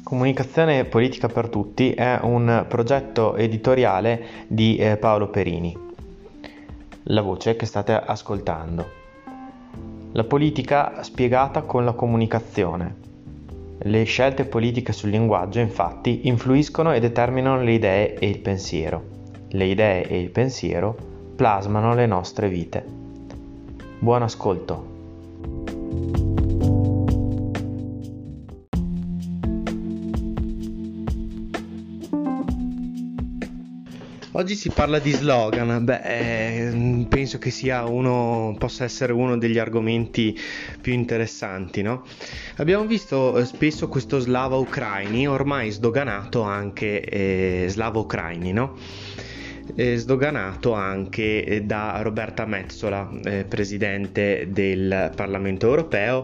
Comunicazione politica per tutti è un progetto editoriale di Paolo Perini. La voce che state ascoltando. La politica spiegata con la comunicazione. Le scelte politiche sul linguaggio, infatti, influiscono e determinano le idee e il pensiero. Le idee e il pensiero plasmano le nostre vite. Buon ascolto. Oggi si parla di slogan. Penso che possa essere uno degli argomenti più interessanti, no? Abbiamo visto spesso questo Slava Ucraini, ormai sdoganato anche Slava Ucraini, no? Sdoganato anche da Roberta Metsola, presidente del Parlamento Europeo,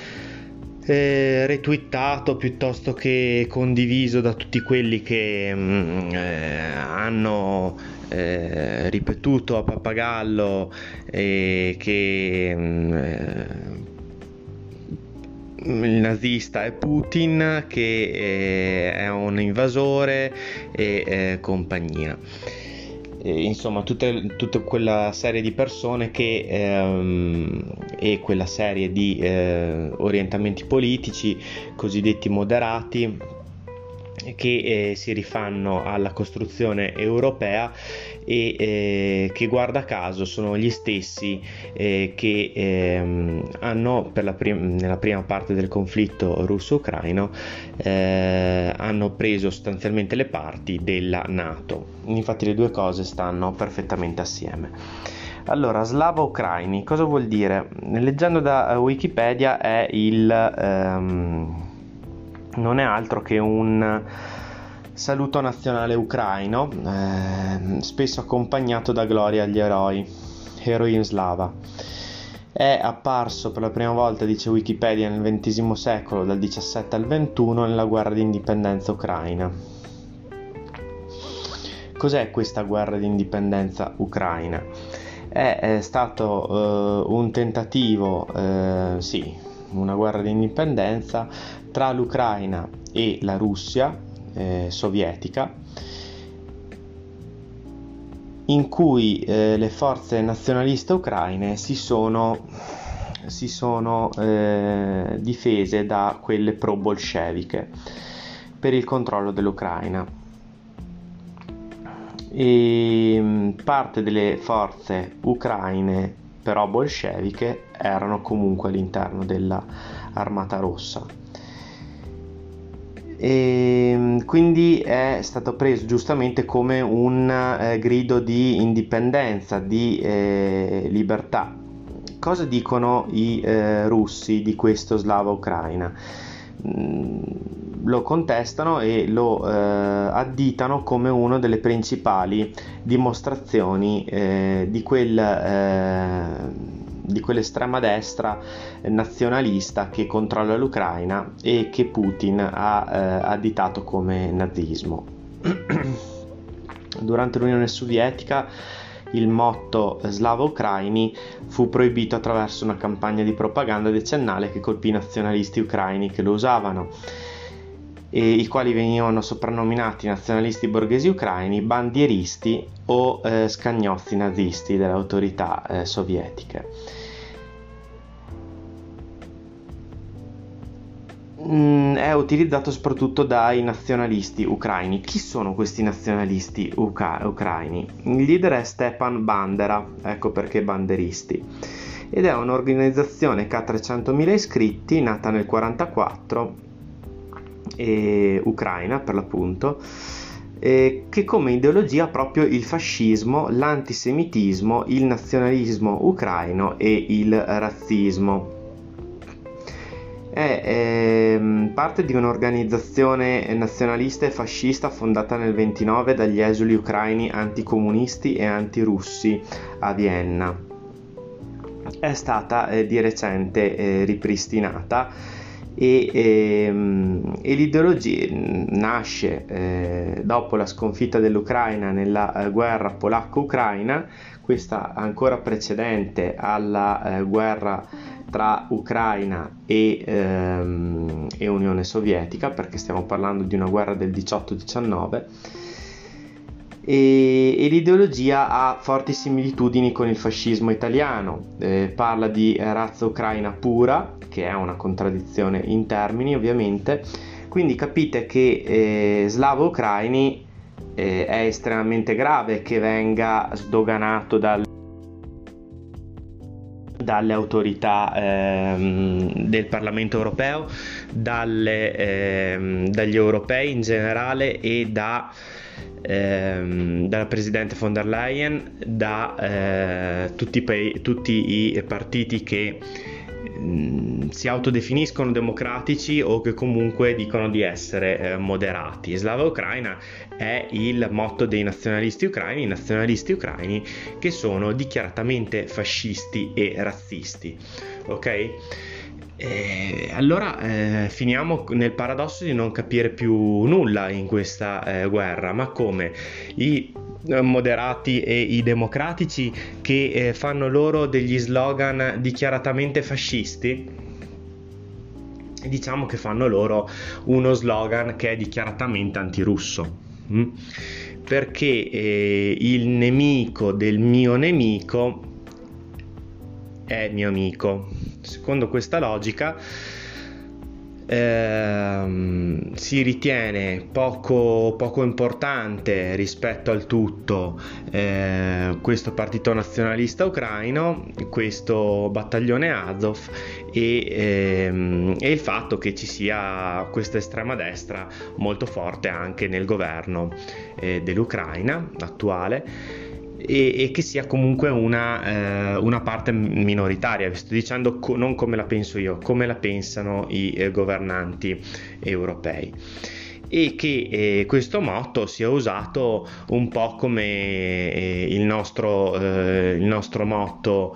retweetato piuttosto che condiviso da tutti quelli che hanno ripetuto a pappagallo che il nazista è Putin, che è un invasore e compagnia. Insomma, tutta quella serie di persone e quella serie di orientamenti politici cosiddetti moderati che si rifanno alla costruzione europea e che, guarda caso, sono gli stessi che hanno nella prima parte del conflitto russo-ucraino hanno preso sostanzialmente le parti della NATO. Infatti le due cose stanno perfettamente assieme. Allora, Slava Ucraini, cosa vuol dire? Leggendo da Wikipedia non è altro che un saluto nazionale ucraino, spesso accompagnato da gloria agli eroi, Heroim Slava. È apparso per la prima volta, dice Wikipedia, nel XX secolo, dal 17 al 21, nella guerra di indipendenza ucraina. Cos'è questa guerra di indipendenza ucraina? È stato un tentativo, una guerra di indipendenza tra l'Ucraina e la Russia sovietica, in cui le forze nazionaliste ucraine si sono difese da quelle pro-bolsceviche per il controllo dell'Ucraina. E parte delle forze ucraine però bolsceviche erano comunque all'interno della Armata Rossa, e quindi è stato preso giustamente come un grido di indipendenza, di libertà. Cosa dicono i russi di questo Slava Ucraina? Lo contestano e lo additano come una delle principali dimostrazioni di quell'estrema destra nazionalista che controlla l'Ucraina e che Putin ha additato come nazismo. Durante l'Unione Sovietica il motto Slava Ucraini fu proibito attraverso una campagna di propaganda decennale che colpì i nazionalisti ucraini che lo usavano, e i quali venivano soprannominati nazionalisti borghesi ucraini, bandieristi o scagnozzi nazisti delle autorità sovietiche. È utilizzato soprattutto dai nazionalisti ucraini. Chi sono questi nazionalisti ucraini? Il leader è Stepan Bandera, ecco perché banderisti, ed è un'organizzazione che ha 300.000 iscritti, nata nel 1944, ucraina per l'appunto, che come ideologia ha proprio il fascismo, l'antisemitismo, il nazionalismo ucraino e il razzismo. È parte di un'organizzazione nazionalista e fascista fondata nel 1929 dagli esuli ucraini anticomunisti e antirussi a Vienna. È stata di recente ripristinata e l'ideologia nasce dopo la sconfitta dell'Ucraina nella guerra polacco-ucraina, questa ancora precedente alla guerra tra Ucraina e Unione Sovietica, perché stiamo parlando di una guerra del 18-19, e l'ideologia ha forti similitudini con il fascismo italiano. Parla di razza ucraina pura, che è una contraddizione in termini ovviamente, quindi capite che slavo-ucraini è estremamente grave che venga sdoganato dalle autorità del Parlamento europeo, dagli europei in generale e dalla Presidente von der Leyen, da tutti i partiti che si autodefiniscono democratici o che comunque dicono di essere moderati. Slava Ucraina è il motto dei nazionalisti ucraini che sono dichiaratamente fascisti e razzisti, ok? Allora finiamo nel paradosso di non capire più nulla in questa guerra, ma come i moderati e i democratici che fanno loro degli slogan dichiaratamente fascisti, diciamo che fanno loro uno slogan che è dichiaratamente antirusso, perché il nemico del mio nemico è mio amico. Secondo questa logica si ritiene poco importante rispetto al tutto questo partito nazionalista ucraino, questo battaglione Azov e il fatto che ci sia questa estrema destra molto forte anche nel governo dell'Ucraina attuale, e che sia comunque una parte minoritaria. Vi sto dicendo non come la penso io, come la pensano i governanti europei, e che questo motto sia usato un po' come il nostro motto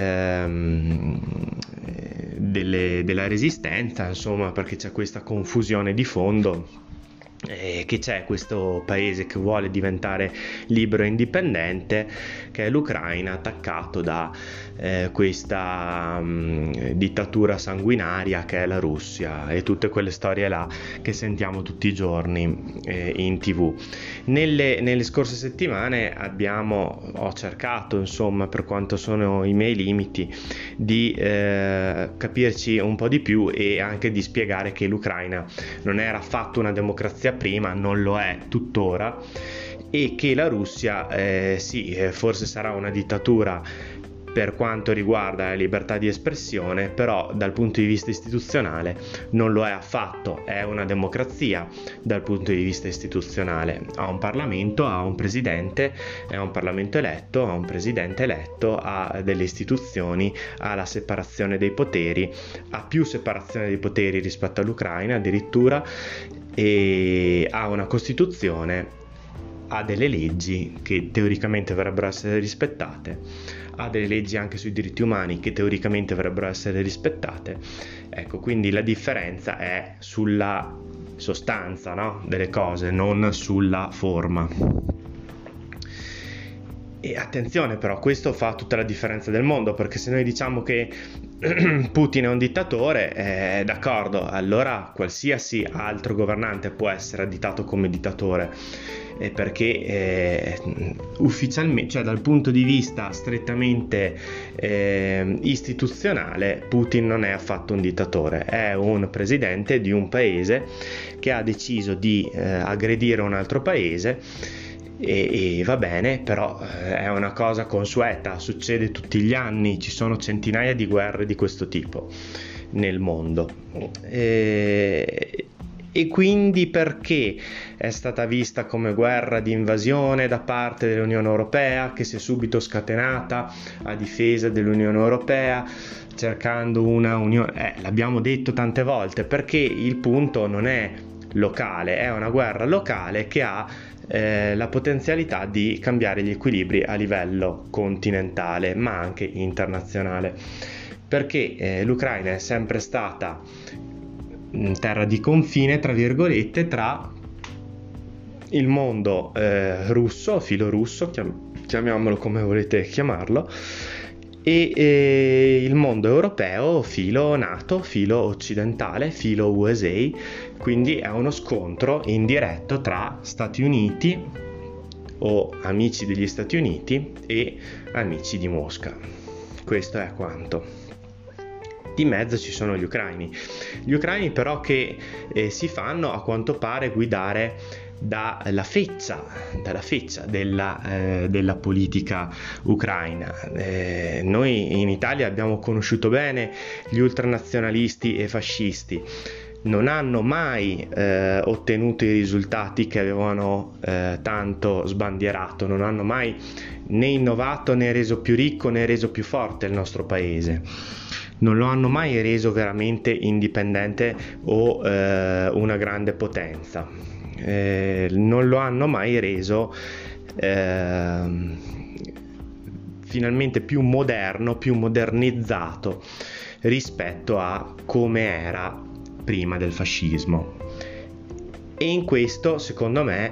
della resistenza, insomma, perché c'è questa confusione di fondo, che c'è questo paese che vuole diventare libero e indipendente, che è l'Ucraina, attaccato da questa dittatura sanguinaria che è la Russia, e tutte quelle storie là che sentiamo tutti i giorni in TV. Nelle scorse settimane ho cercato, insomma, per quanto sono i miei limiti, di capirci un po' di più e anche di spiegare che l'Ucraina non era affatto una democrazia prima, non lo è tuttora, e che la Russia forse sarà una dittatura per quanto riguarda la libertà di espressione, però dal punto di vista istituzionale non lo è affatto, è una democrazia dal punto di vista istituzionale. Ha un Parlamento, ha un presidente, ha un Parlamento eletto, ha un presidente eletto, ha delle istituzioni, ha la separazione dei poteri, ha più separazione dei poteri rispetto all'Ucraina addirittura, e ha una Costituzione, ha delle leggi che teoricamente dovrebbero essere rispettate, ha delle leggi anche sui diritti umani che teoricamente dovrebbero essere rispettate. Ecco, quindi la differenza è sulla sostanza, no, delle cose, non sulla forma. E attenzione, però, questo fa tutta la differenza del mondo, perché se noi diciamo che Putin è un dittatore, d'accordo, allora qualsiasi altro governante può essere additato come dittatore, perché ufficialmente, cioè dal punto di vista strettamente istituzionale, Putin non è affatto un dittatore, è un presidente di un paese che ha deciso di aggredire un altro paese. E va bene, però è una cosa consueta, succede tutti gli anni, ci sono centinaia di guerre di questo tipo nel mondo, e quindi perché è stata vista come guerra di invasione da parte dell'Unione Europea, che si è subito scatenata a difesa dell'Unione Europea, cercando una unione, l'abbiamo detto tante volte, perché il punto non è locale, è una guerra locale che ha la potenzialità di cambiare gli equilibri a livello continentale ma anche internazionale, perché l'Ucraina è sempre stata terra di confine, tra virgolette, tra il mondo russo, filorusso, chiamiamolo come volete chiamarlo, e il mondo europeo filo NATO, filo occidentale, filo USA, quindi è uno scontro indiretto tra Stati Uniti o amici degli Stati Uniti e amici di Mosca. Questo è quanto. Di mezzo ci sono gli ucraini però che si fanno a quanto pare guidare dalla feccia della politica ucraina. Noi in Italia abbiamo conosciuto bene gli ultranazionalisti e fascisti. Non hanno mai ottenuto i risultati che avevano tanto sbandierato, non hanno mai né innovato né reso più ricco né reso più forte il nostro paese. Non lo hanno mai reso veramente indipendente o una grande potenza. Non lo hanno mai reso finalmente più moderno, più modernizzato rispetto a come era prima del fascismo. E in questo, secondo me,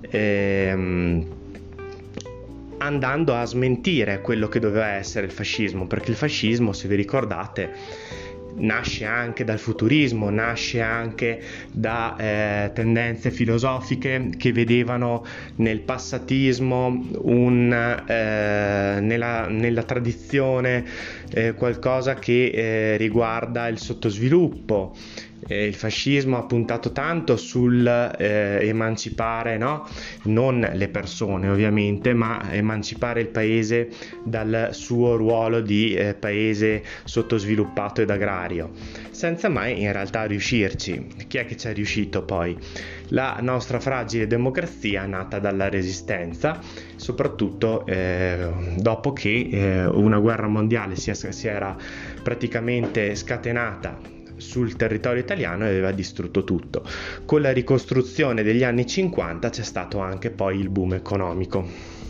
andando a smentire quello che doveva essere il fascismo, perché il fascismo, se vi ricordate, nasce anche dal futurismo, nasce anche da tendenze filosofiche che vedevano nel passatismo nella tradizione qualcosa che riguarda il sottosviluppo. Il fascismo ha puntato tanto sul emancipare, no? Non le persone ovviamente, ma emancipare il paese dal suo ruolo di paese sottosviluppato ed agrario, senza mai in realtà riuscirci. Chi è che ci è riuscito poi? La nostra fragile democrazia nata dalla resistenza, soprattutto dopo che una guerra mondiale si era praticamente scatenata sul territorio italiano e aveva distrutto tutto. Con la ricostruzione degli anni 50 c'è stato anche poi il boom economico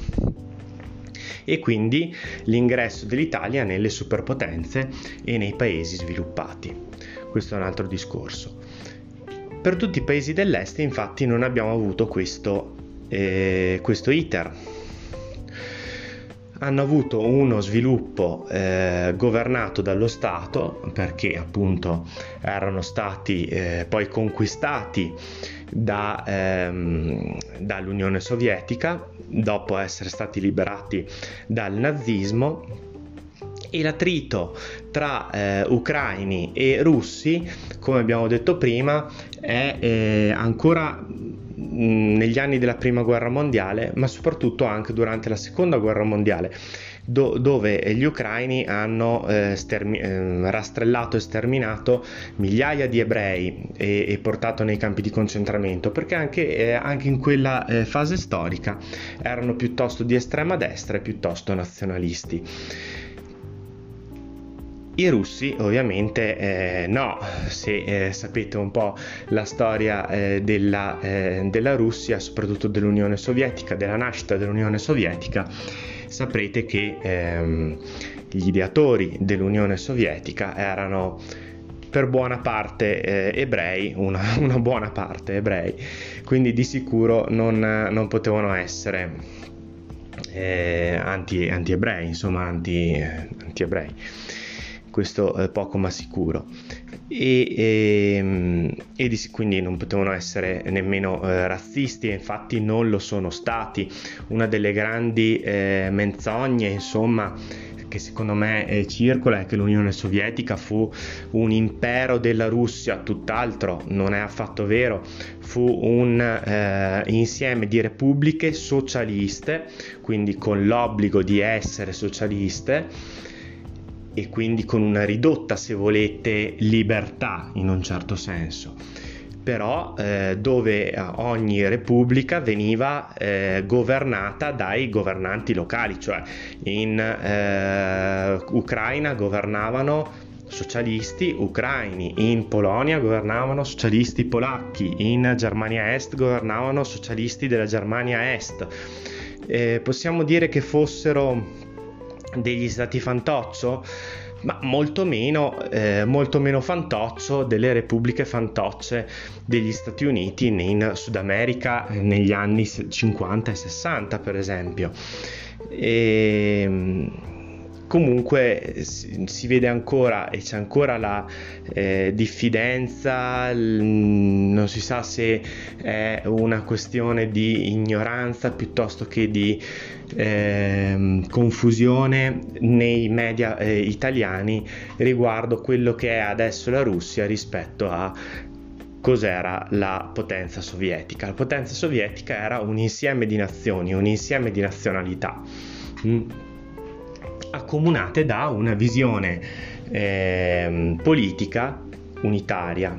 e quindi l'ingresso dell'Italia nelle superpotenze e nei paesi sviluppati. Questo è un altro discorso. Per tutti i paesi dell'est infatti non abbiamo avuto questo iter. Hanno avuto uno sviluppo governato dallo Stato, perché appunto erano stati poi conquistati dall'Unione Sovietica dopo essere stati liberati dal nazismo, e l'attrito tra ucraini e russi, come abbiamo detto prima, è ancora negli anni della prima guerra mondiale, ma soprattutto anche durante la seconda guerra mondiale, dove gli ucraini hanno rastrellato e sterminato migliaia di ebrei e portato nei campi di concentramento, perché anche in quella fase storica erano piuttosto di estrema destra e piuttosto nazionalisti. I russi ovviamente no, se sapete un po' la storia della Russia, soprattutto dell'Unione Sovietica, della nascita dell'Unione Sovietica, saprete che gli ideatori dell'Unione Sovietica erano per buona parte ebrei, una buona parte ebrei, quindi di sicuro non potevano essere anti-ebrei, insomma anti-ebrei. Questo è poco ma sicuro, quindi non potevano essere nemmeno razzisti, e infatti non lo sono stati. Una delle grandi menzogne, insomma, che secondo me circola, è che l'Unione Sovietica fu un impero della Russia, tutt'altro, non è affatto vero. Fu un insieme di repubbliche socialiste, quindi con l'obbligo di essere socialiste, e quindi con una ridotta, se volete, libertà in un certo senso, però dove ogni repubblica veniva governata dai governanti locali, cioè in Ucraina governavano socialisti ucraini, in Polonia governavano socialisti polacchi, in Germania Est governavano socialisti della Germania Est. Possiamo dire che fossero degli stati fantoccio, ma molto meno fantoccio delle repubbliche fantocce degli Stati Uniti in Sud America negli anni 50 e 60, per esempio. comunque si vede ancora e c'è ancora la diffidenza, non si sa se è una questione di ignoranza piuttosto che di confusione nei media italiani riguardo quello che è adesso la Russia rispetto a cos'era la potenza sovietica. La potenza sovietica era un insieme di nazioni, un insieme di nazionalità accomunate da una visione politica unitaria.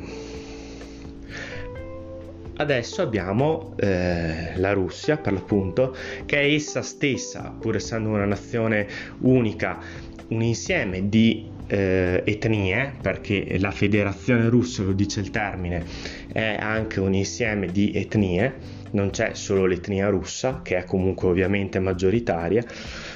Adesso abbiamo la Russia, per l'appunto, che è essa stessa, pur essendo una nazione unica, un insieme di etnie, perché la federazione russa, lo dice il termine, è anche un insieme di etnie, non c'è solo l'etnia russa, che è comunque ovviamente maggioritaria,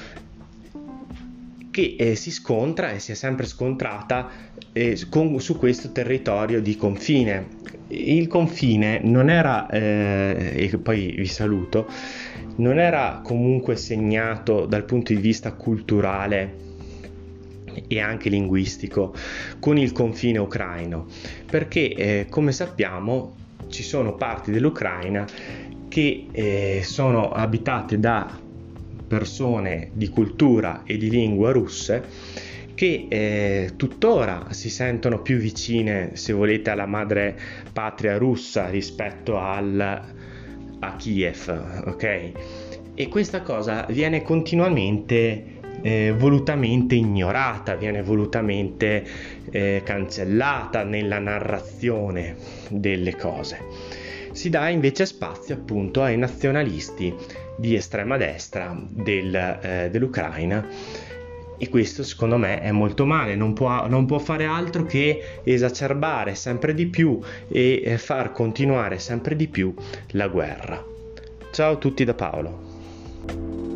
che si scontra e si è sempre scontrata su questo territorio di confine. Il confine non era, e poi vi saluto, non era comunque segnato dal punto di vista culturale e anche linguistico con il confine ucraino, perché come sappiamo ci sono parti dell'Ucraina che sono abitate da persone di cultura e di lingua russe che tuttora si sentono più vicine, se volete, alla madre patria russa rispetto a Kiev, ok? E questa cosa viene continuamente volutamente ignorata, viene volutamente cancellata nella narrazione delle cose. Si dà invece spazio appunto ai nazionalisti di estrema destra dell'Ucraina, e questo secondo me è molto male, non può fare altro che esacerbare sempre di più e far continuare sempre di più la guerra. Ciao a tutti da Paolo.